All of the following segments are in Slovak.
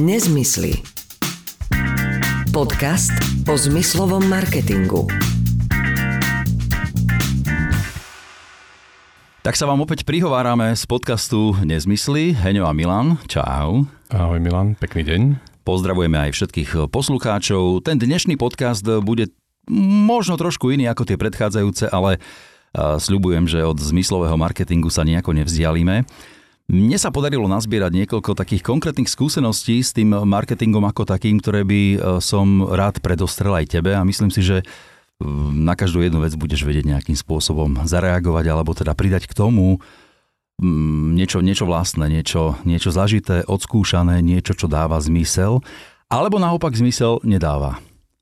Nezmysly. Podcast o zmyslovom marketingu. Tak sa vám opäť prihovárame z podcastu Nezmysly. Heňo a Milan, čau. Ahoj Milan, pekný deň. Pozdravujeme aj všetkých poslucháčov. Ten dnešný podcast bude možno trošku iný ako tie predchádzajúce, ale sľubujem, že od zmyslového marketingu sa nejako nevzdialíme. Mne sa podarilo nazbierať niekoľko takých konkrétnych skúseností s tým marketingom ako takým, ktoré by som rád predostrel aj tebe a myslím si, že na každú jednu vec budeš vedieť nejakým spôsobom zareagovať alebo teda pridať k tomu niečo vlastné, niečo zažité, odskúšané, niečo, čo dáva zmysel, alebo naopak zmysel nedáva.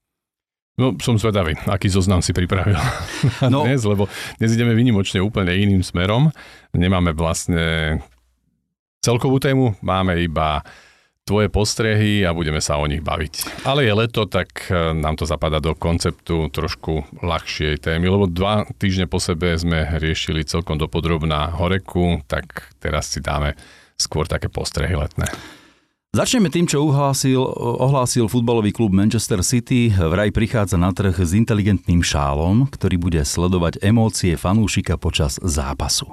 No, som zvedavý, aký zoznam si pripravil dnes, lebo dnes ideme výnimočne úplne iným smerom. Nemáme vlastne celkovú tému, máme iba tvoje postrehy a budeme sa o nich baviť. Ale je leto, tak nám to zapadá do konceptu trošku ľahšej témy, lebo 2 týždne po sebe sme riešili celkom dopodrobná horeku, tak teraz si dáme skôr také postrehy letné. Začneme tým, čo ohlásil futbalový klub Manchester City. Vraj prichádza na trh s inteligentným šálom, ktorý bude sledovať emócie fanúšika počas zápasu.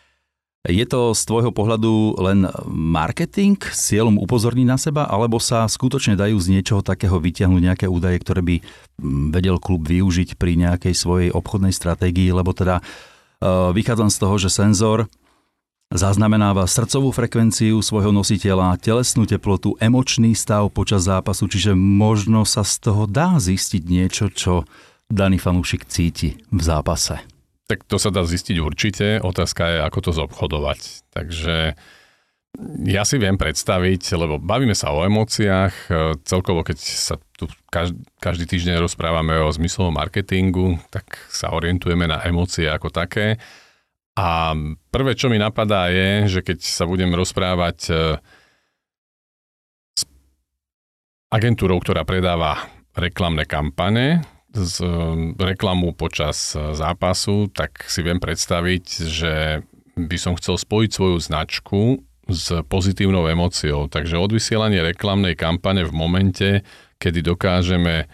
Je to z tvojho pohľadu len marketing s cieľom upozorniť na seba, alebo sa skutočne dajú z niečoho takého vyťahnuť nejaké údaje, ktoré by vedel klub využiť pri nejakej svojej obchodnej stratégii, lebo teda vychádzam z toho, že senzor zaznamenáva srdcovú frekvenciu svojho nositeľa, telesnú teplotu, emočný stav počas zápasu, čiže možno sa z toho dá zistiť niečo, čo daný fanúšik cíti v zápase. Tak to sa dá zistiť určite, otázka je, ako to zobchodovať. Takže ja si viem predstaviť, lebo bavíme sa o emóciách, celkovo keď sa tu každý týždeň rozprávame o zmyslovom marketingu, tak sa orientujeme na emócie ako také. A prvé, čo mi napadá je, že keď sa budem rozprávať s agentúrou, ktorá predáva reklamné kampane, z reklamu počas zápasu, tak si viem predstaviť, že by som chcel spojiť svoju značku s pozitívnou emóciou. Takže odvysielanie reklamnej kampane v momente, kedy dokážeme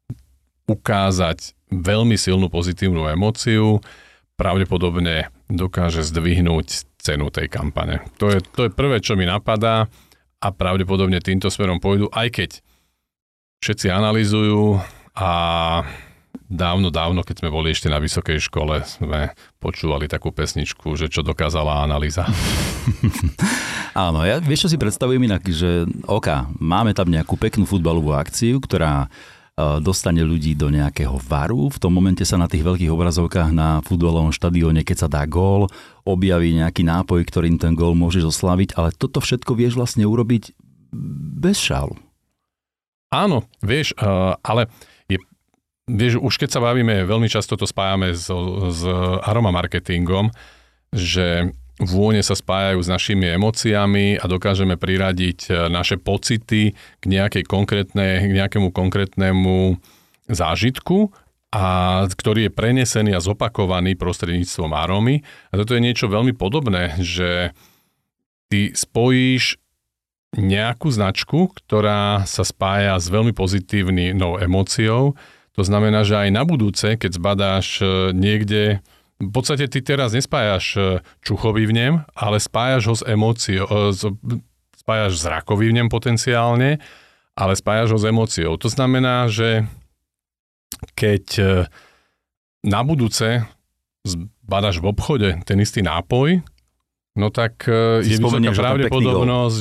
ukázať veľmi silnú pozitívnu emóciu, pravdepodobne dokáže zdvihnúť cenu tej kampane. To je prvé, čo mi napadá a pravdepodobne týmto smerom pôjdu, aj keď všetci analyzujú. A dávno, keď sme boli ešte na vysokej škole, sme počúvali takú pesničku, že čo dokázala analýza. Áno, ja vieš, čo si predstavujem inak, že máme tam nejakú peknú futbalovú akciu, ktorá dostane ľudí do nejakého varu. V tom momente sa na tých veľkých obrazovkách na futbalovom štadióne, keď sa dá gól, objaví nejaký nápoj, ktorým ten gól môžeš oslaviť, ale toto všetko vieš vlastne urobiť bez šálu. Áno, vieš, ale vieš, už keď sa bavíme, veľmi často to spájame s aroma marketingom, že vône sa spájajú s našimi emóciami a dokážeme priradiť naše pocity k nejakému konkrétnemu zážitku, a ktorý je prenesený a zopakovaný prostredníctvom arómy. A toto je niečo veľmi podobné, že ty spojíš nejakú značku, ktorá sa spája s veľmi pozitívnou emóciou. To znamená, že aj na budúce, keď zbadáš niekde, v podstate ty teraz nespájaš čuchovývnem, ale spájaš ho s emóciou, spájaš zrakovývnem potenciálne, ale spájaš ho s emóciou. To znamená, že keď na budúce zbadáš v obchode ten istý nápoj, no tak je vysoká pravdepodobnosť,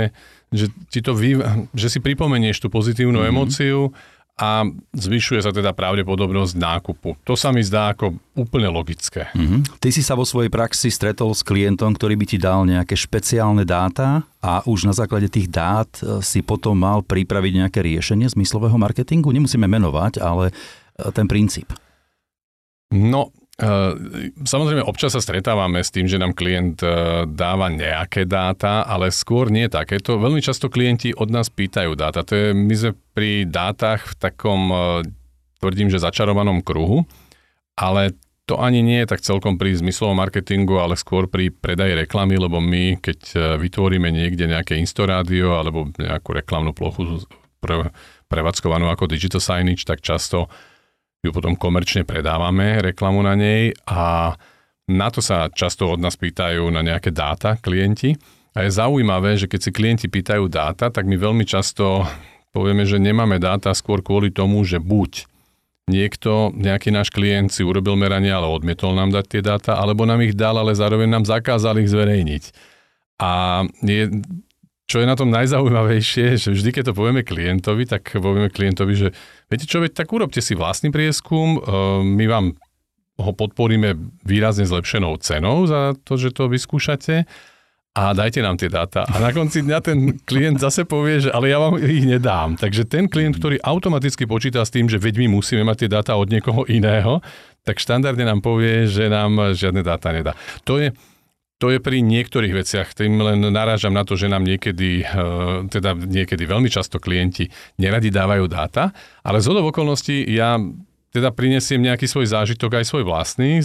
že si pripomenieš tú pozitívnu emóciu a zvyšuje sa teda pravdepodobnosť nákupu. To sa mi zdá ako úplne logické. Ty si sa vo svojej praxi stretol s klientom, ktorý by ti dal nejaké špeciálne dáta a už na základe tých dát si potom mal pripraviť nejaké riešenie zmyslového marketingu? Nemusíme menovať, ale ten princíp. No, samozrejme, občas sa stretávame s tým, že nám klient dáva nejaké dáta, ale skôr nie takéto. Veľmi často klienti od nás pýtajú dáta. My sme pri dátach v takom, tvrdím, že začarovanom kruhu, ale to ani nie je tak celkom pri zmyslovom marketingu, ale skôr pri predaji reklamy, lebo my, keď vytvoríme niekde nejaké Instorádio alebo nejakú reklamnú plochu prevádzkovanú ako digital signage, tak často ju potom komerčne predávame, reklamu na nej a na to sa často od nás pýtajú na nejaké dáta klienti. A je zaujímavé, že keď si klienti pýtajú dáta, tak my veľmi často povieme, že nemáme dáta skôr kvôli tomu, že buď nejaký náš klient si urobil meranie, ale odmietol nám dať tie dáta, alebo nám ich dal, ale zároveň nám zakázal ich zverejniť. A čo je na tom najzaujímavejšie, že vždy, keď to povieme klientovi, tak povieme klientovi, že viete čo, tak urobte si vlastný prieskum, my vám ho podporíme výrazne zlepšenou cenou za to, že to vyskúšate a dajte nám tie dáta. A na konci dňa ten klient zase povie, že ale ja vám ich nedám. Takže ten klient, ktorý automaticky počíta s tým, že veď my musíme mať tie dáta od niekoho iného, tak štandardne nám povie, že nám žiadne dáta nedá. To je pri niektorých veciach. Tým len narážam na to, že nám niekedy veľmi často klienti neradi dávajú dáta, ale zhodou okolností ja teda prinesiem nejaký svoj zážitok, aj svoj vlastný z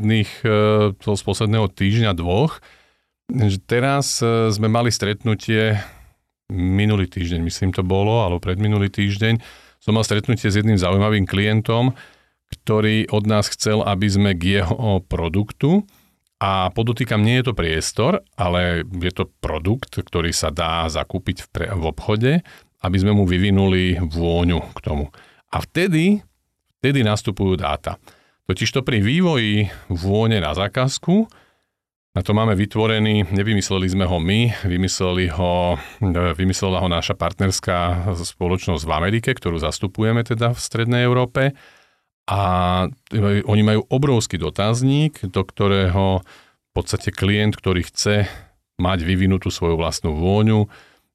posledného týždňa, dvoch. Teraz sme mali stretnutie minulý týždeň, myslím to bolo, alebo predminulý týždeň. Som mal stretnutie s jedným zaujímavým klientom, ktorý od nás chcel, aby sme k jeho produktu, a podotýkam, nie je to priestor, ale je to produkt, ktorý sa dá zakúpiť v obchode, aby sme mu vyvinuli vôňu k tomu. A vtedy nastupujú dáta. Totižto pri vývoji vône na zákazku, na to máme vytvorený, nevymysleli sme ho my, vymyslela ho naša partnerská spoločnosť v Amerike, ktorú zastupujeme teda v Strednej Európe. A oni majú obrovský dotazník, do ktorého v podstate klient, ktorý chce mať vyvinutú svoju vlastnú vôňu,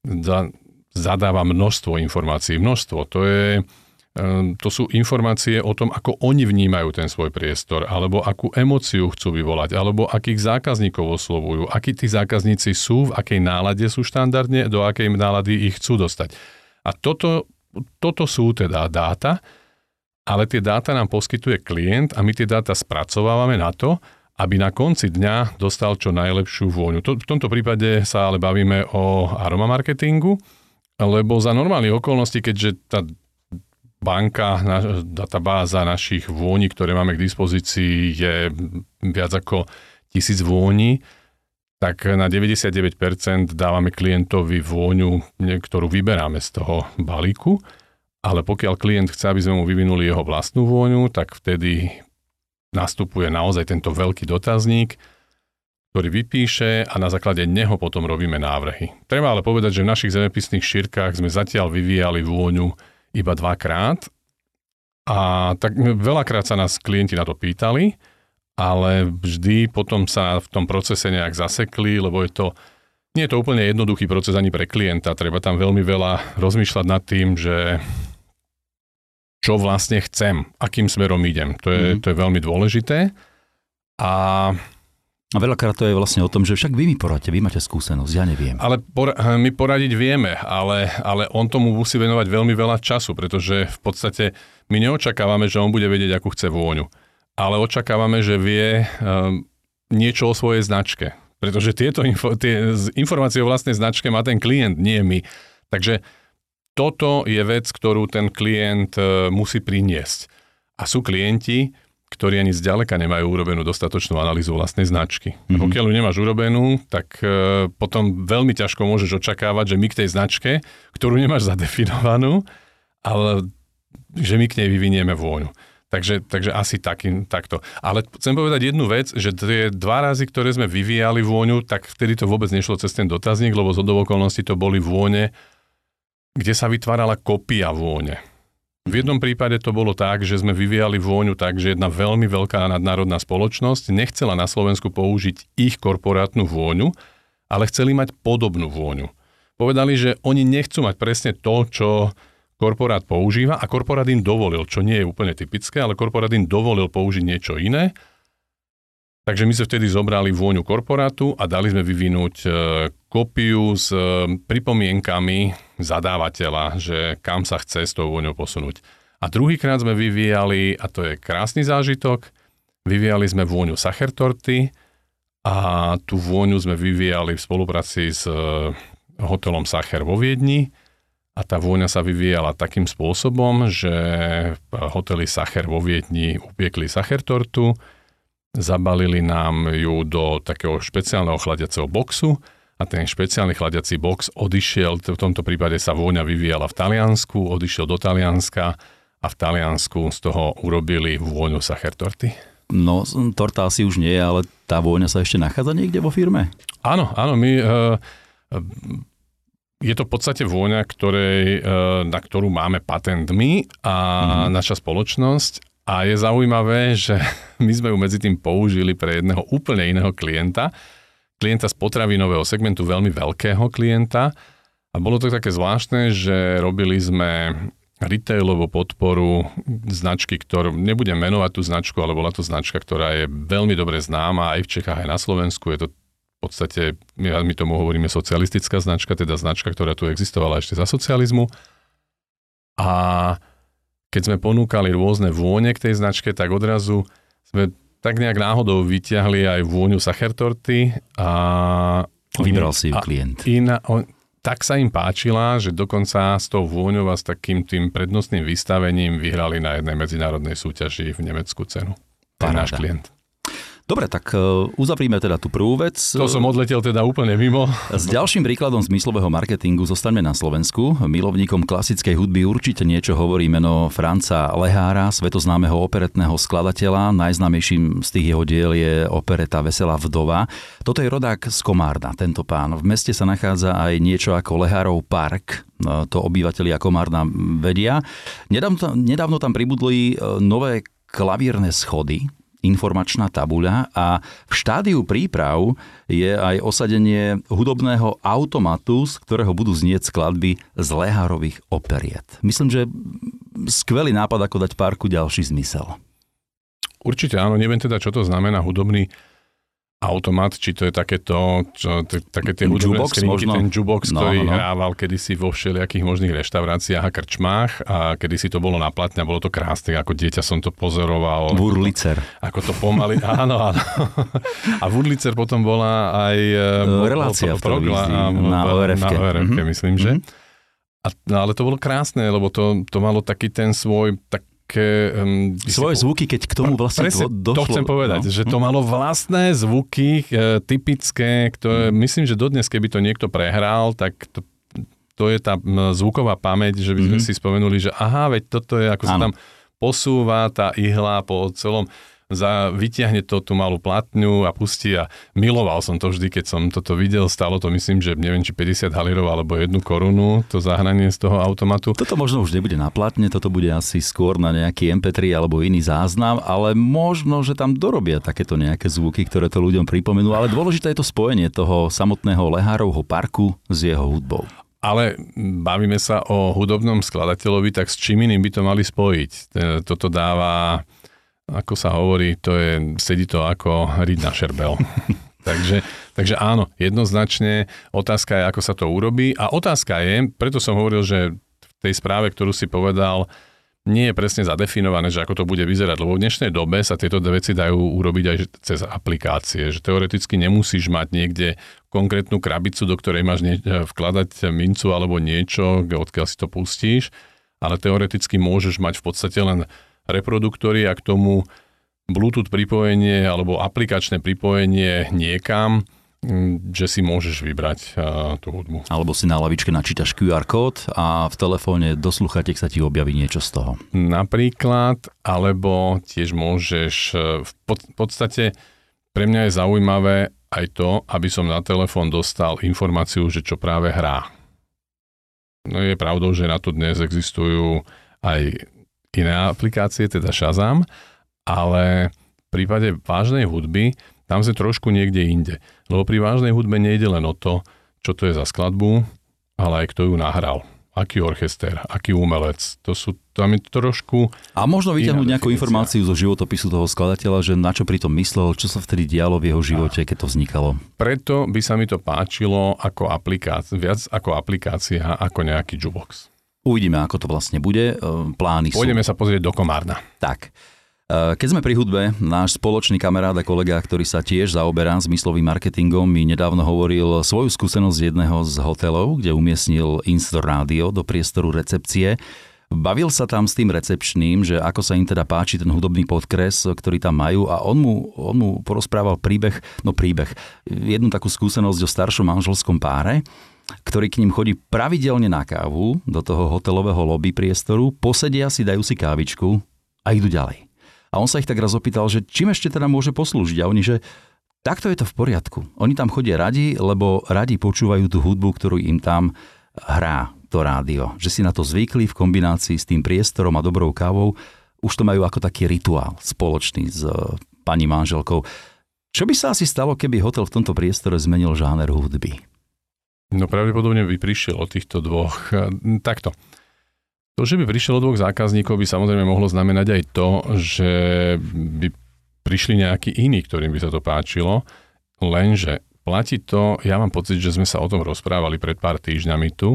zadáva množstvo informácií. To sú informácie o tom, ako oni vnímajú ten svoj priestor, alebo akú emóciu chcú vyvolať, alebo akých zákazníkov oslovujú, akí tí zákazníci sú, v akej nálade sú štandardne, do akej nálady ich chcú dostať. A toto sú teda dáta, ale tie dáta nám poskytuje klient a my tie dáta spracovávame na to, aby na konci dňa dostal čo najlepšiu vôňu. V tomto prípade sa ale bavíme o aroma marketingu, lebo za normálnych okolností, keďže tá banka, databáza našich vôní, ktoré máme k dispozícii, je viac ako 1000 vôní, tak na 99% dávame klientovi vôňu, ktorú vyberáme z toho balíku, ale pokiaľ klient chce, aby sme mu vyvinuli jeho vlastnú vôňu, tak vtedy nastupuje naozaj tento veľký dotazník, ktorý vypíše a na základe neho potom robíme návrhy. Treba ale povedať, že v našich zemepisných šírkach sme zatiaľ vyvíjali vôňu iba 2-krát a tak veľakrát sa nás klienti na to pýtali, ale vždy potom sa v tom procese nejak zasekli, lebo nie je to úplne jednoduchý proces ani pre klienta. Treba tam veľmi veľa rozmýšľať nad tým, že čo vlastne chcem, akým smerom idem. To je veľmi dôležité. A veľakrát to je vlastne o tom, že však vy mi poradíte, vy máte skúsenosť, ja neviem. Ale my poradiť vieme, ale on tomu musí venovať veľmi veľa času, pretože v podstate my neočakávame, že on bude vedieť, akú chce vôňu. Ale očakávame, že vie niečo o svojej značke. Pretože tie informácie o vlastnej značke má ten klient, nie my. Takže toto je vec, ktorú ten klient musí priniesť. A sú klienti, ktorí ani zďaleka nemajú urobenú dostatočnú analýzu vlastnej značky. Mm-hmm. Pokiaľ ju nemáš urobenú, tak potom veľmi ťažko môžeš očakávať, že my k tej značke, ktorú nemáš zadefinovanú, ale že my k nej vyvinieme vôňu. Takže asi takto. Ale chcem povedať jednu vec, že tie 2 razy, ktoré sme vyvíjali vôňu, tak vtedy to vôbec nešlo cez ten dotazník, lebo z okolností to boli vône, kde sa vytvárala kopia vône. V jednom prípade to bolo tak, že sme vyvíjali vôňu tak, že jedna veľmi veľká nadnárodná spoločnosť nechcela na Slovensku použiť ich korporátnu vôňu, ale chceli mať podobnú vôňu. Povedali, že oni nechcú mať presne to, čo korporát používa a korporát im dovolil, čo nie je úplne typické, ale korporát im dovolil použiť niečo iné. Takže my sme vtedy zobrali vôňu korporátu a dali sme vyvinúť kópiu s pripomienkami zadávateľa, že kam sa chce s tou vôňou posunúť. A druhýkrát sme vyvíjali, a to je krásny zážitok, Vyvíjali sme vôňu sachertorty a tú vôňu sme vyvíjali v spolupráci s hotelom Sacher vo Viedni a tá vôňa sa vyvíjala takým spôsobom, že hotely Sacher vo Viedni upiekli sachertortu, zabalili nám ju do takého špeciálneho chladiaceho boxu a ten špeciálny chladiací box odišiel, v tomto prípade sa vôňa vyvíjala v Taliansku, odišiel do Talianska a v Taliansku z toho urobili vôňu sachertorty. No, torta asi už nie, ale tá vôňa sa ešte nachádza niekde vo firme? Áno, my... Je to v podstate vôňa, na ktorú máme patent my a naša spoločnosť. A je zaujímavé, že my sme ju medzi tým použili pre jedného úplne iného klienta z potravinového segmentu, veľmi veľkého klienta. A bolo to také zvláštne, že robili sme retailovú podporu značky, ktorú nebudem menovať tú značku, ale bola to značka, ktorá je veľmi dobre známa aj v Čechách, aj na Slovensku. Je to v podstate, my tomu hovoríme socialistická značka, teda značka, ktorá tu existovala ešte za socializmu. A keď sme ponúkali rôzne vône k tej značke, tak odrazu sme tak nejak náhodou vyťahli aj vôňu sachertorty a... Vybral si ju klient. Tak sa im páčila, že dokonca s tou vôňou a s takým tým prednostným vystavením vyhrali na jednej medzinárodnej súťaži v Nemecku cenu. Ten náš klient. Dobre, tak uzavrime teda tú prvú vec. To som odletel teda úplne mimo. S ďalším príkladom zmyslového marketingu zostaňme na Slovensku. Milovníkom klasickej hudby určite niečo hovorí meno Franca Lehára, svetoznámeho operetného skladateľa. Najznámejším z tých jeho diel je opereta Veselá vdova. Toto je rodák z Komárna, tento pán. V meste sa nachádza aj niečo ako Lehárov park. To obyvatelia Komárna vedia. Nedávno tam pribudli nové klavierne schody, informačná tabuľa a v štádiu príprav je aj osadenie hudobného automatu, z ktorého budú znieť skladby z Lehárových operiet. Myslím, že skvelý nápad, ako dať parku ďalší zmysel. Určite áno, neviem teda, čo to znamená hudobný automat, či to je také tie hudobné skrinky, ten jukebox, ktorý hrával kedysi vo všelijakých možných reštauráciách a krčmách a kedysi to bolo na platne a bolo to krásne, ako dieťa som to pozoroval. Wurlitzer. Ako to pomaly, áno. A Wurlitzer potom bola aj relácia v televízii na ORF-ke. Myslím, že. Ale to bolo krásne, lebo to malo taký ten svoj svoje zvuky, keď k tomu vlastne došlo. To chcem povedať, že to malo vlastné zvuky typické, ktoré myslím, že dodnes, keby to niekto prehral, tak to je tá zvuková pamäť, že by sme si spomenuli, že aha, veď toto je, ako sa tam posúva tá ihla po celom, vytiahne to tú malú platňu a pustí a miloval som to vždy, keď som toto videl, stalo to myslím, že neviem, či 50 halírov alebo 1 korunu, to zahranie z toho automatu. Toto možno už nebude na platne, toto bude asi skôr na nejaký MP3 alebo iný záznam, ale možno, že tam dorobia takéto nejaké zvuky, ktoré to ľuďom pripomenú, ale dôležité je to spojenie toho samotného Lehárovho parku s jeho hudbou. Ale bavíme sa o hudobnom skladateľovi, tak s čím iným by to mali spojiť? Toto dáva... Ako sa hovorí, sedí to ako riť na šerbel. takže áno, jednoznačne otázka je, ako sa to urobí. A otázka je, preto som hovoril, že v tej správe, ktorú si povedal, nie je presne zadefinované, že ako to bude vyzerať. Lebo v dnešnej dobe sa tieto veci dajú urobiť aj cez aplikácie. Že teoreticky nemusíš mať niekde konkrétnu krabicu, do ktorej máš vkladať mincu alebo niečo, odkiaľ si to pustíš. Ale teoreticky môžeš mať v podstate len reproduktory a k tomu Bluetooth pripojenie alebo aplikačné pripojenie niekam, že si môžeš vybrať tú hudbu. Alebo si na lavičke načítaš QR kód a v telefóne do sluchatiek sa ti objaví niečo z toho. Napríklad, alebo tiež môžeš, v podstate pre mňa je zaujímavé aj to, aby som na telefón dostal informáciu, že čo práve hrá. No je pravdou, že na to dnes existujú aj iné aplikácie, teda Shazam, ale v prípade vážnej hudby tam sme trošku niekde inde. Lebo pri vážnej hudbe nejde len o to, čo to je za skladbu, ale aj kto ju nahral. Aký orchester, aký umelec. Tam je trošku... A možno vyťahnuť nejakú informáciu zo životopisu toho skladateľa, že na čo pri tom myslel, čo sa vtedy dialo v jeho živote, keď to vznikalo. Preto by sa mi to páčilo ako viac ako aplikácia, ako nejaký jukebox. Uvidíme, ako to vlastne bude. Plány sú. Pôjdeme sa pozrieť do Komárna. Tak. Keď sme pri hudbe, náš spoločný kamarát a kolega, ktorý sa tiež zaoberá zmyslovým marketingom, mi nedávno hovoril svoju skúsenosť z jedného z hotelov, kde umiestnil In-Store rádio do priestoru recepcie. Bavil sa tam s tým recepčným, že ako sa im teda páči ten hudobný podkres, ktorý tam majú, a on mu porozprával príbeh, jednu takú skúsenosť o staršom manželskom páre, ktorý k ním chodí pravidelne na kávu do toho hotelového lobby priestoru, posedia si, dajú si kávičku a idú ďalej. A on sa ich tak raz opýtal, že čím ešte teda môže poslúžiť, a oni, že takto je to v poriadku. Oni tam chodia radi, lebo radi počúvajú tú hudbu, ktorú im tam hrá to rádio. Že si na to zvykli v kombinácii s tým priestorom a dobrou kávou. Už to majú ako taký rituál spoločný s pani manželkou. Čo by sa asi stalo, keby hotel v tomto priestore zmenil žáner hudby? No pravdepodobne by prišiel od týchto dvoch. Takto. To, že by prišiel od dvoch zákazníkov, by samozrejme mohlo znamenať aj to, že by prišli nejakí iní, ktorým by sa to páčilo. Lenže platí to, ja mám pocit, že sme sa o tom rozprávali pred pár týždňami tu,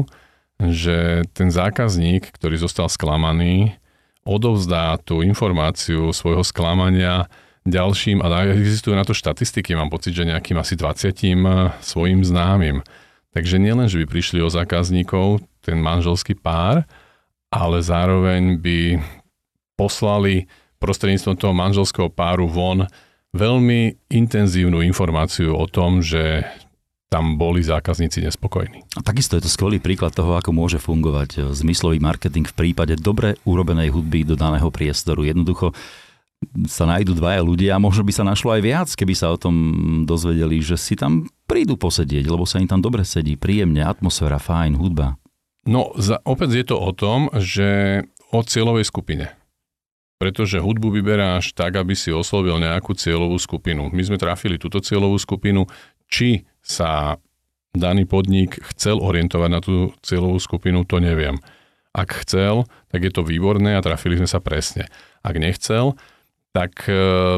že ten zákazník, ktorý zostal sklamaný, odovzdá tú informáciu svojho sklamania ďalším, a existujú na to štatistiky, mám pocit, že nejakým asi 20 svojim známym. Takže nielen, že by prišli o zákazníkov, ten manželský pár, ale zároveň by poslali prostredníctvom toho manželského páru von veľmi intenzívnu informáciu o tom, že tam boli zákazníci nespokojní. A takisto je to skvelý príklad toho, ako môže fungovať zmyslový marketing v prípade dobre urobenej hudby do daného priestoru. Jednoducho sa nájdú dvaja ľudia, a možno by sa našlo aj viac, keby sa o tom dozvedeli, že si tam prídu posedieť, lebo sa im tam dobre sedí, príjemne, atmosféra, fajn, hudba. No, opäť je to o tom, že o cieľovej skupine. Pretože hudbu vyberáš tak, aby si oslovil nejakú cieľovú skupinu. My sme trafili túto cieľovú skupinu, či sa daný podnik chcel orientovať na tú cieľovú skupinu, to neviem. Ak chcel, tak je to výborné a trafili sme sa presne. Ak nechcel, tak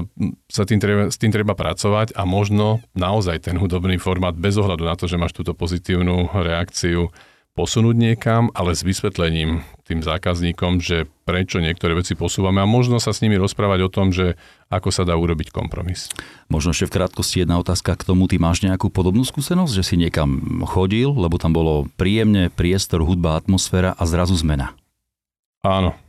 s tým treba pracovať a možno naozaj ten hudobný formát, bez ohľadu na to, že máš túto pozitívnu reakciu, posunúť niekam, ale s vysvetlením tým zákazníkom, že prečo niektoré veci posúvame, a možno sa s nimi rozprávať o tom, že ako sa dá urobiť kompromis. Možno ešte v krátkosti jedna otázka k tomu. Ty máš nejakú podobnú skúsenosť, že si niekam chodil, lebo tam bolo príjemne, priestor, hudba, atmosféra a zrazu zmena? Áno.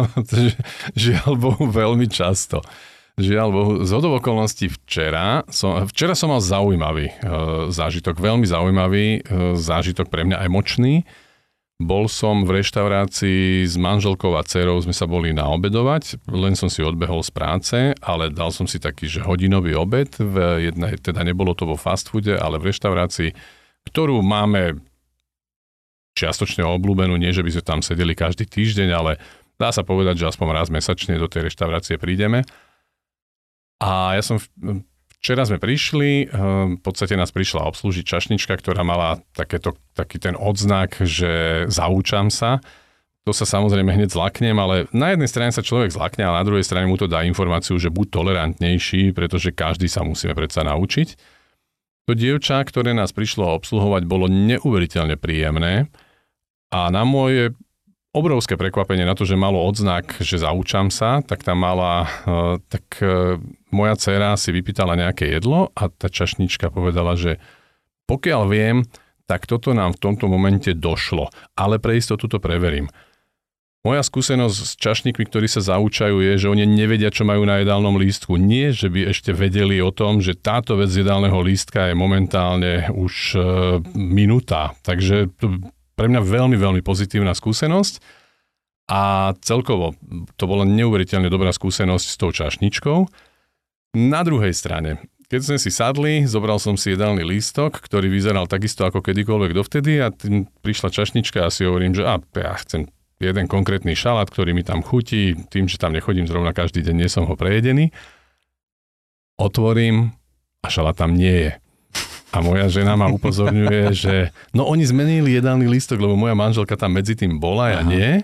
Žiaľ Bohu, veľmi často. Žiaľ Bohu, zhodou okolností včera som mal zaujímavý zážitok, veľmi zaujímavý zážitok pre mňa, emočný. Bol som v reštaurácii s manželkou a dcerou, sme sa boli naobedovať, len som si odbehol z práce, ale dal som si taký, že hodinový obed, teda nebolo to vo fast foode, ale v reštaurácii, ktorú máme čiastočne obľúbenú, nie že by sme tam sedeli každý týždeň, ale dá sa povedať, že aspoň raz mesačne do tej reštaurácie prídeme. A včera sme prišli, v podstate nás prišla obslúžiť čašnička, ktorá mala taký ten odznak, že zaúčam sa. To sa samozrejme hneď zlaknem, ale na jednej strane sa človek zlakne, a na druhej strane mu to dá informáciu, že buď tolerantnejší, pretože každý sa musíme predsa naučiť. To dievča, ktoré nás prišlo obsluhovať, bolo neuveriteľne príjemné a na moje obrovské prekvapenie na to, že malo odznak, že zaúčam sa, tak tam mala, moja dcéra si vypýtala nejaké jedlo a tá čašnička povedala, že pokiaľ viem, tak toto nám v tomto momente došlo, ale pre istotu to preverím. Moja skúsenosť s čašníkmi, ktorí sa zaúčajú, je, že oni nevedia, čo majú na jedálnom lístku. Nie, že by ešte vedeli o tom, že táto vec z jedálneho lístka je momentálne už minúta. Takže pre mňa veľmi, veľmi pozitívna skúsenosť a celkovo to bola neuveriteľne dobrá skúsenosť s tou čašničkou. Na druhej strane, keď sme si sadli, zobral som si jedálny lístok, ktorý vyzeral takisto ako kedykoľvek dovtedy, a tým prišla čašnička a si hovorím, že ja chcem jeden konkrétny šalát, ktorý mi tam chutí, tým, že tam nechodím zrovna každý deň, nie som ho prejedený. Otvorím a šalát tam nie je. A moja žena ma upozorňuje, že oni zmenili jedálny lístok, lebo moja manželka tam medzi tým bola, ja nie.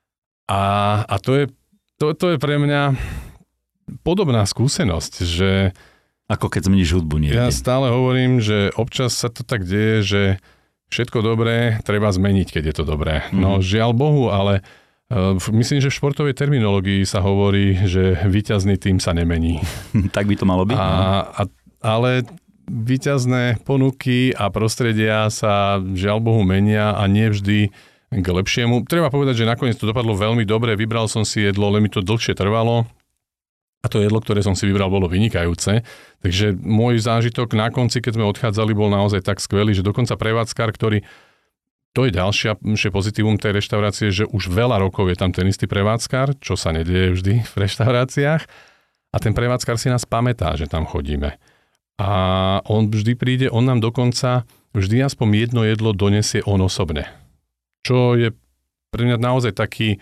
A to je pre mňa podobná skúsenosť, že ako keď zmeníš hudbu niekde. Ja stále hovorím, že občas sa to tak deje, že všetko dobré treba zmeniť, keď je to dobré. No žiaľ Bohu, ale Myslím, že v športovej terminológii sa hovorí, že víťazný tým sa nemení. Tak by to malo byť. Ale víťazné ponuky a prostredia sa žiaľ Bohu menia a nie vždy k lepšiemu. Treba povedať, že nakoniec to dopadlo veľmi dobre. Vybral som si jedlo, ale mi to dlhšie trvalo. A to jedlo, ktoré som si vybral, bolo vynikajúce. Takže môj zážitok na konci, keď sme odchádzali, bol naozaj tak skvelý, že dokonca prevádzkar, ktorý... To je ďalšie pozitívum tej reštaurácie, že už veľa rokov je tam ten istý prevádzkar, čo sa nedieje vždy v reštauráciách. A ten prevádzkar si nás pamätá, že tam chodíme. A on vždy príde, on nám dokonca vždy aspoň jedno jedlo donesie on osobne. Čo je pre mňa naozaj taký,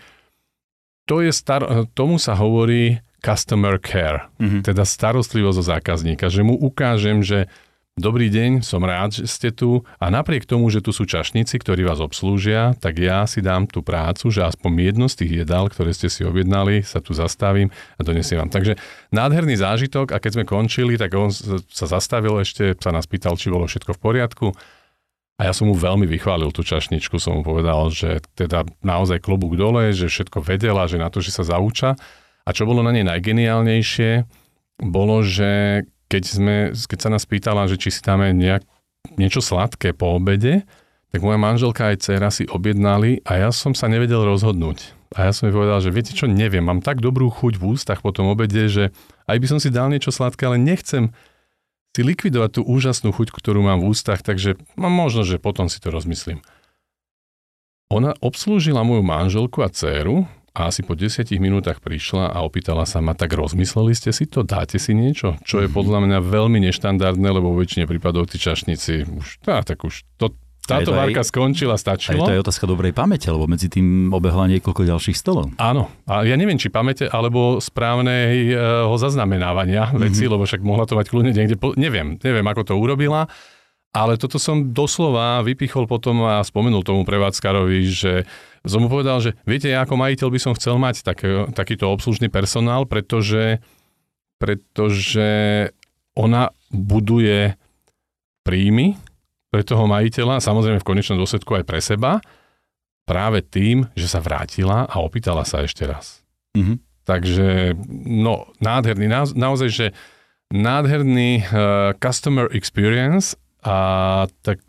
tomu sa hovorí customer care, teda starostlivosť o zákazníka, že mu ukážem, že dobrý deň, som rád, že ste tu a napriek tomu, že tu sú čašníci, ktorí vás obslúžia, tak ja si dám tú prácu, že aspoň jedno z tých jedál, ktoré ste si objednali, sa tu zastavím a donesiem vám. Takže nádherný zážitok a keď sme končili, tak on sa zastavil ešte, sa nás pýtal, či bolo všetko v poriadku a ja som mu veľmi vychválil tú čašničku, som mu povedal, že teda naozaj klobúk dole, že všetko vedela, že na to, že sa zauča. A čo bolo na nej najgeniálnejšie, bolo, že keď sa nás pýtala, že či si dáme niečo sladké po obede, tak moja manželka aj dcéra si objednali a ja som sa nevedel rozhodnúť. A ja som jej povedal, že viete čo, neviem, mám tak dobrú chuť v ústach po tom obede, že aj by som si dal niečo sladké, ale nechcem si likvidovať tú úžasnú chuť, ktorú mám v ústach, takže možno, že potom si to rozmyslím. Ona obslúžila moju manželku a dcéru a asi po 10 minútach prišla a opýtala sa ma, tak rozmysleli ste si to, dáte si niečo? Čo je podľa mňa veľmi neštandardné, lebo vo väčšine prípadov tí čašníci táto várka skončila, stačilo. A to je otázka dobrej pamäte, lebo medzi tým obehla niekoľko ďalších stolov. Áno, a ja neviem, či pamäte, alebo správneho zaznamenávania veci, lebo však mohla to mať kľudne niekde, neviem, ako to urobila. Ale toto som doslova vypichol potom a spomenul tomu prevádzkarovi, že som mu povedal, že viete, ja ako majiteľ by som chcel mať takýto obslužný personál, pretože ona buduje príjmy pre toho majiteľa, samozrejme v konečnom dôsledku aj pre seba, práve tým, že sa vrátila a opýtala sa ešte raz. Takže, nádherný, naozaj, že nádherný customer experience. A tak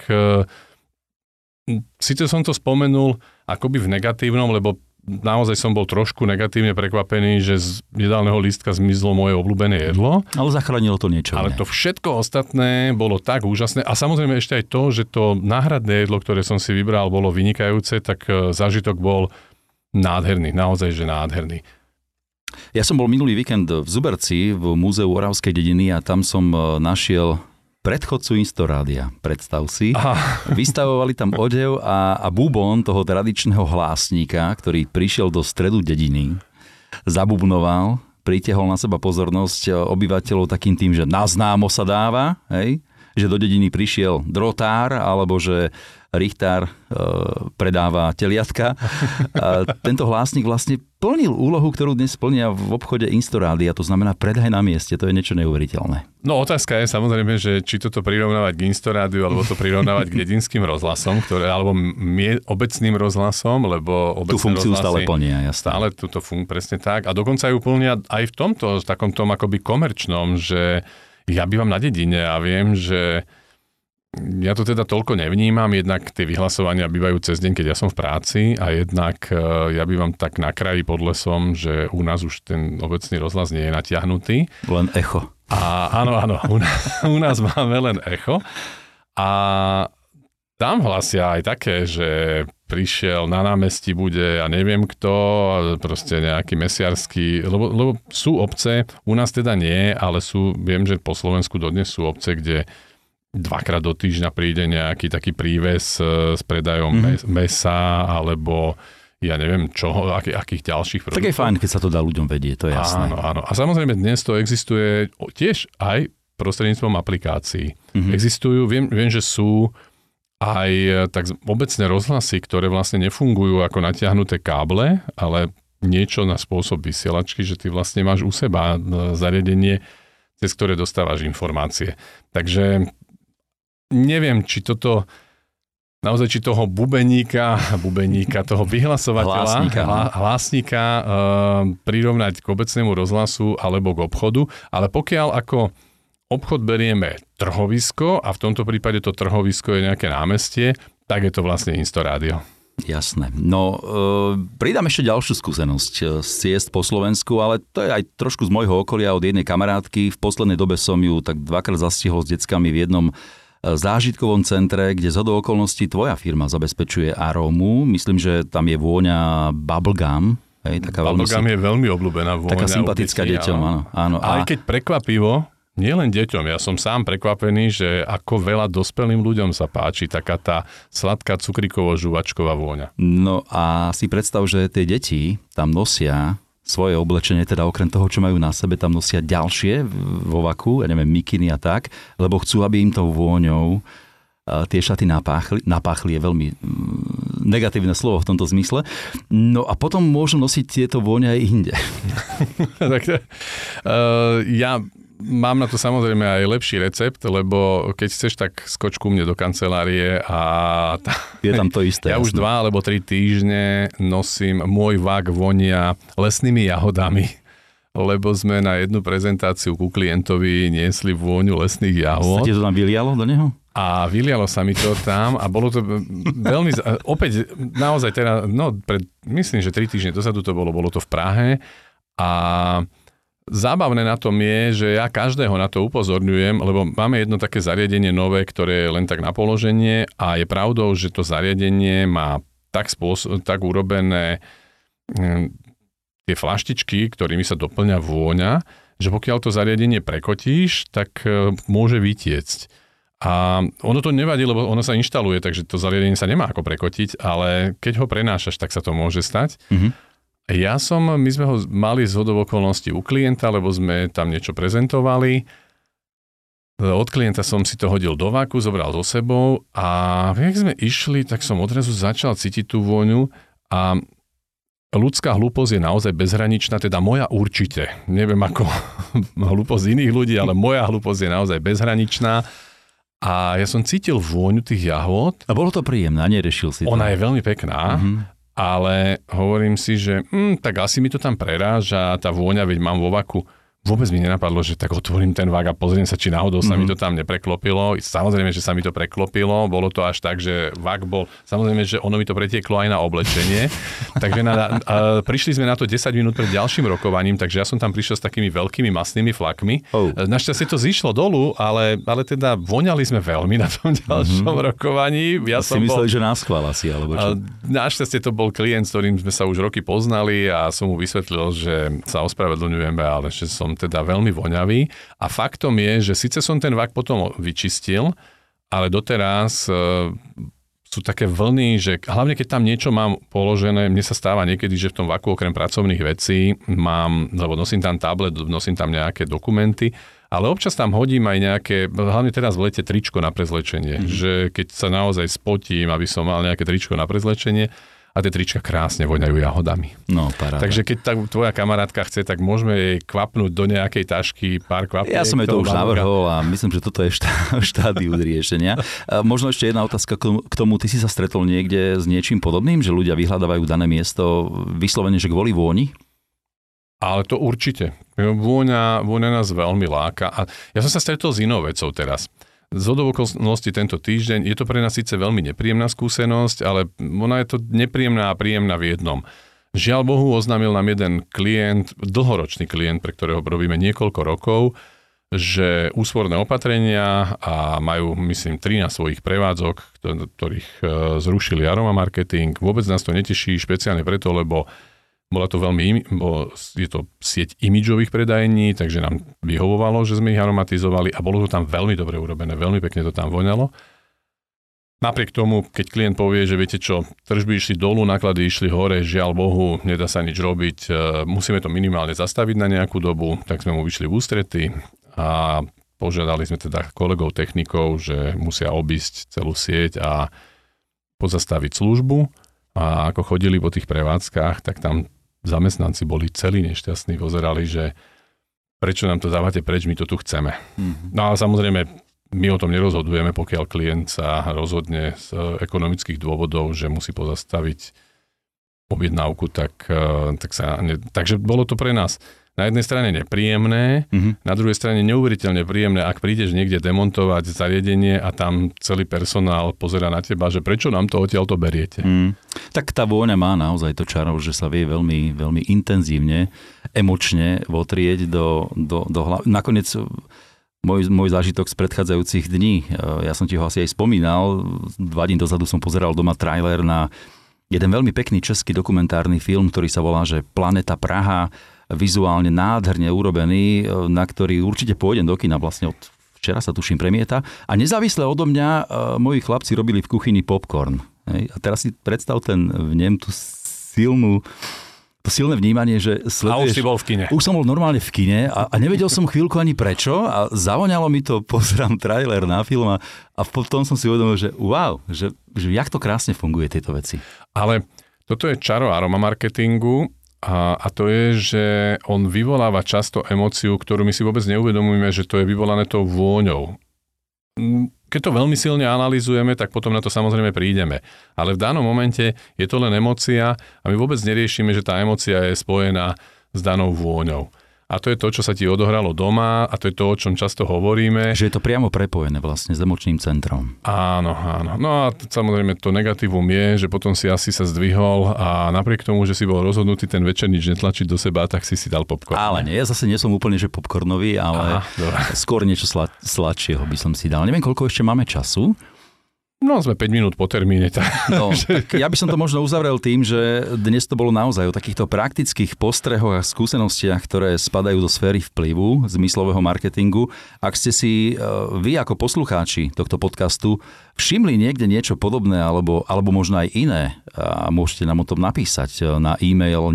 síce som to spomenul akoby v negatívnom, lebo naozaj som bol trošku negatívne prekvapený, že z jedálneho lístka zmizlo moje obľúbené jedlo. Ale zachránilo to niečo. Ale to všetko ostatné bolo tak úžasné. A samozrejme ešte aj to, že to náhradné jedlo, ktoré som si vybral, bolo vynikajúce, tak zážitok bol nádherný, naozaj, že nádherný. Ja som bol minulý víkend v Zuberci, v Múzeu Oravskej dediny a tam som našiel predchodcu Instorádia, predstav si. Aha. Vystavovali tam odev a bubon toho tradičného hlásníka, ktorý prišiel do stredu dediny, zabubnoval, pritiahol na seba pozornosť obyvateľov takým tým, že naznámo sa dáva, hej? Že do dediny prišiel drotár, alebo že richtár predáva teliatka. Tento hlásnik vlastne plnil úlohu, ktorú dnes plnia v obchode Instorádia, to znamená predaj na mieste, to je niečo neuveriteľné. No otázka je samozrejme, že či toto prirovnávať k Instorádiu, alebo to prirovnávať k dedinským rozhlasom, alebo obecným rozhlasom, lebo obecné tú funkciu stále plnia, jasne. Stále túto presne tak. A dokonca ju plnia aj v tomto, takom tom akoby komerčnom, že ja bývam na dedine a viem, že ja to teda toľko nevnímam, jednak tie vyhlasovania bývajú cez deň, keď ja som v práci a jednak ja bývam tak na kraji pod lesom, že u nás už ten obecný rozhlas nie je natiahnutý. Len echo. A áno, u nás máme len echo. A tam hlasia aj také, že prišiel na námestí bude a neviem kto, proste nejaký mesiarsky, lebo sú obce, u nás teda nie, ale viem, že po Slovensku dodnes sú obce, kde dvakrát do týždňa príde nejaký taký príves s predajom mesa, alebo ja neviem čoho, akých ďalších produktov. Tak je fajn, keď sa to dá ľuďom vedieť, to je jasné. Áno. A samozrejme dnes to existuje tiež aj prostredníctvom aplikácií. Existujú, viem, že sú aj tak obecné rozhlasy, ktoré vlastne nefungujú ako natiahnuté káble, ale niečo na spôsob vysielačky, že ty vlastne máš u seba zariadenie, cez ktoré dostávaš informácie. Takže neviem, či toto naozaj či toho bubeníka, toho vyhlasovateľa, hlásnika prirovnať k obecnému rozhlasu alebo k obchodu, ale pokiaľ ako obchod berieme trhovisko a v tomto prípade to trhovisko je nejaké námestie, tak je to vlastne Instorádio. Jasné. No, pridám ešte ďalšiu skúsenosť z ciest po Slovensku, ale to je aj trošku z môjho okolia od jednej kamarátky. V poslednej dobe som ju tak dvakrát zastihol s deckami v jednom zážitkovom centre, kde zhodou okolností tvoja firma zabezpečuje arómu. Myslím, že tam je vôňa bubblegum. Bubblegum je veľmi obľúbená vôňa. Taká sympatická deťom, áno. Aj keď prekvapivo, nielen deťom, ja som sám prekvapený, že ako veľa dospelým ľuďom sa páči taká tá sladká cukrikovo-žuvačková vôňa. No a si predstav, že tie deti tam nosia svoje oblečenie, teda okrem toho, čo majú na sebe, tam nosia ďalšie vo vaku, ja neviem, mikiny a tak, lebo chcú, aby im tou vôňou tie šaty napáchli je veľmi negatívne slovo v tomto zmysle. No a potom môžu nosiť tieto vône aj inde. Ja mám na to samozrejme aj lepší recept, lebo keď chceš, tak skoč ku mne do kancelárie a je tam to isté. Ja už 2 alebo 3 týždne nosím, môj vak vonia lesnými jahodami, lebo sme na jednu prezentáciu ku klientovi niesli vôňu lesných jahod. Sa ti to tam vylialo do neho? A vylialo sa mi to tam a bolo to veľmi, opäť naozaj teda, myslím, že 3 týždne dozadu to bolo to v Prahe a zábavné na tom je, že ja každého na to upozorňujem, lebo máme jedno také zariadenie nové, ktoré je len tak na položenie a je pravdou, že to zariadenie má tak urobené tie flaštičky, ktorými sa doplňa vôňa, že pokiaľ to zariadenie prekotíš, tak môže vytiecť. A ono to nevadí, lebo ono sa inštaluje, takže to zariadenie sa nemá ako prekotiť, ale keď ho prenášaš, tak sa to môže stať. Mm-hmm. My sme ho mali zhodou okolností u klienta, lebo sme tam niečo prezentovali. Od klienta som si to hodil do vaku, zobral so sebou a keď sme išli, tak som odrazu začal cítiť tú vôňu a ľudská hlúposť je naozaj bezhraničná, teda moja určite. Neviem ako hlúposť iných ľudí, ale moja hlúposť je naozaj bezhraničná. A ja som cítil vôňu tých jahôd. A bolo to príjemné, nerešil si to. Ona je veľmi pekná, ale hovorím si, že tak asi mi to tam preráža, tá vôňa, veď mám vo vaku. Vôbec mi nenapadlo, že tak otvorím ten vak a pozriem sa, či náhodou sa mi to tam nepreklopilo. Samozrejme, že sa mi to preklopilo. Bolo to až tak, že vak bol... Samozrejme, že ono mi to pretieklo aj na oblečenie. Takže prišli sme na to 10 minút pred ďalším rokovaním, takže ja som tam prišiel s takými veľkými masnými flakmi. Našťastie to zišlo dolu, ale teda voňali sme veľmi na tom ďalšom rokovaní. Ja som myslel, že nás chvála si, alebo čo? Našťastie to bol klient, s ktorým sme sa už roky poznali a som mu vysvetlil, že sa ospravedlňujeme, ale že som teda veľmi voňavý a faktom je, že síce som ten vak potom vyčistil, ale doteraz sú také vlny, že hlavne keď tam niečo mám položené, mne sa stáva niekedy, že v tom vaku okrem pracovných vecí lebo nosím tam tablet, nosím tam nejaké dokumenty, ale občas tam hodím aj nejaké, hlavne teraz v lete tričko na prezlečenie, že keď sa naozaj spotím, aby som mal nejaké tričko na prezlečenie, a tie trička krásne voňajú jahodami. No, paráda. Takže keď tvoja kamarátka chce, tak môžeme jej kvapnúť do nejakej tašky pár kvapiek. Ja som jej to už navrhol a myslím, že toto je štádium riešenia. Možno ešte jedna otázka k tomu. Ty si sa stretol niekde s niečím podobným, že ľudia vyhľadávajú dané miesto vyslovene, že kvôli vôni? Ale to určite. Vôňa nás veľmi láka. A ja som sa stretol s inou vecou teraz. Zhodou okolností tento týždeň, je to pre nás síce veľmi nepríjemná skúsenosť, ale ona je to nepríjemná a príjemná v jednom. Žiaľ Bohu, oznámil nám jeden klient, dlhoročný klient, pre ktorého robíme niekoľko rokov, že úsporné opatrenia a majú, myslím, 13 svojich prevádzok, ktorých zrušili Aroma Marketing. Vôbec nás to neteší, špeciálne preto, lebo je to sieť imidžových predajní, takže nám vyhovovalo, že sme ich aromatizovali a bolo to tam veľmi dobre urobené, veľmi pekne to tam voňalo. Napriek tomu, keď klient povie, že viete čo, tržby išli dolu, náklady išli hore, žiaľ Bohu, nedá sa nič robiť, musíme to minimálne zastaviť na nejakú dobu, tak sme mu vyšli v ústrety a požiadali sme teda kolegov technikov, že musia obísť celú sieť a pozastaviť službu a ako chodili po tých prevádzkach, tak tam zamestnanci boli celí nešťastní, pozerali, že prečo nám to dávate preč, my to tu chceme. No a samozrejme, my o tom nerozhodujeme, pokiaľ klient sa rozhodne z ekonomických dôvodov, že musí pozastaviť objednávku, takže bolo to pre nás na jednej strane nepríjemné, na druhej strane neuveriteľne príjemné, ak prídeš niekde demontovať zariadenie a tam celý personál pozerá na teba, že prečo nám to odtiaľto beriete. Tak tá vôňa má naozaj to čaro, že sa vie veľmi, veľmi intenzívne, emočne votrieť do hlavy. Nakoniec môj zážitok z predchádzajúcich dní, ja som ti ho asi aj spomínal, 2 dní dozadu som pozeral doma trailer na jeden veľmi pekný český dokumentárny film, ktorý sa volá, že Planeta Praha, vizuálne nádherne urobený, na ktorý určite pôjdem do kina, vlastne od včera sa tuším premieta. A nezávisle odo mňa moji chlapci robili v kuchyni popcorn. Hej? A teraz si predstav v ňom tú silné vnímanie, že sleduješ... A už si bol v kine. Už som bol normálne v kine a nevedel som chvíľku ani prečo a zavoňalo mi to, pozerám trailer na film a potom som si uvedomil, že wow, že jak to krásne funguje tieto veci. Ale toto je čaro aroma marketingu, a to je, že on vyvoláva často emóciu, ktorú my si vôbec neuvedomujeme, že to je vyvolané tou vôňou. Keď to veľmi silne analyzujeme, tak potom na to samozrejme prídeme. Ale v danom momente je to len emócia a my vôbec neriešime, že tá emócia je spojená s danou vôňou. A to je to, čo sa ti odohralo doma a to je to, o čom často hovoríme. Že je to priamo prepojené vlastne s emočným centrom. Áno. No a samozrejme to negatívum je, že potom si asi sa zdvihol a napriek tomu, že si bol rozhodnutý ten večer nič netlačiť do seba, tak si dal popcorn. Ale nie, ja zase nie som úplne že popcornový, ale skôr niečo sladšieho by som si dal. Neviem, koľko ešte máme času. No, sme 5 minút po termíne. Tak ja by som to možno uzavrel tým, že dnes to bolo naozaj o takýchto praktických postrehoch a skúsenostiach, ktoré spadajú do sféry vplyvu zmyslového marketingu. Ak ste si vy ako poslucháči tohto podcastu všimli niekde niečo podobné alebo možno aj iné, a môžete nám o tom napísať na e-mail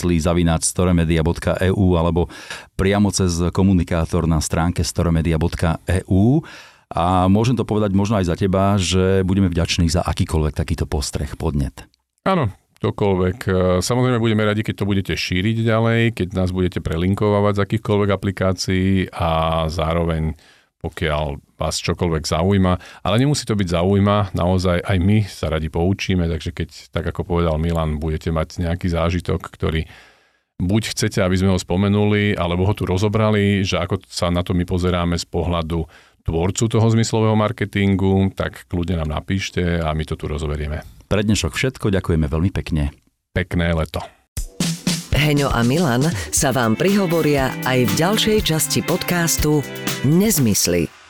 nezmysly@storemedia.eu alebo priamo cez komunikátor na stránke storemedia.eu. A môžem to povedať možno aj za teba, že budeme vďační za akýkoľvek takýto postreh, podnet. Áno, ktokoľvek. Samozrejme budeme radi, keď to budete šíriť ďalej, keď nás budete prelinkovať z akýchkoľvek aplikácií a zároveň pokiaľ vás čokoľvek zaujíma. Ale nemusí to byť zaujíma, naozaj aj my sa radi poučíme, takže keď, tak ako povedal Milan, budete mať nejaký zážitok, ktorý buď chcete, aby sme ho spomenuli, alebo ho tu rozobrali, že ako sa na to my pozeráme z pohľadu tvorcu toho zmyslového marketingu, tak kľudne nám napíšte a my to tu rozoberieme. Pre dnešok všetko, ďakujeme veľmi pekne. Pekné leto. Heňo a Milan sa vám prihovoria aj v ďalšej časti podcastu Nezmysly.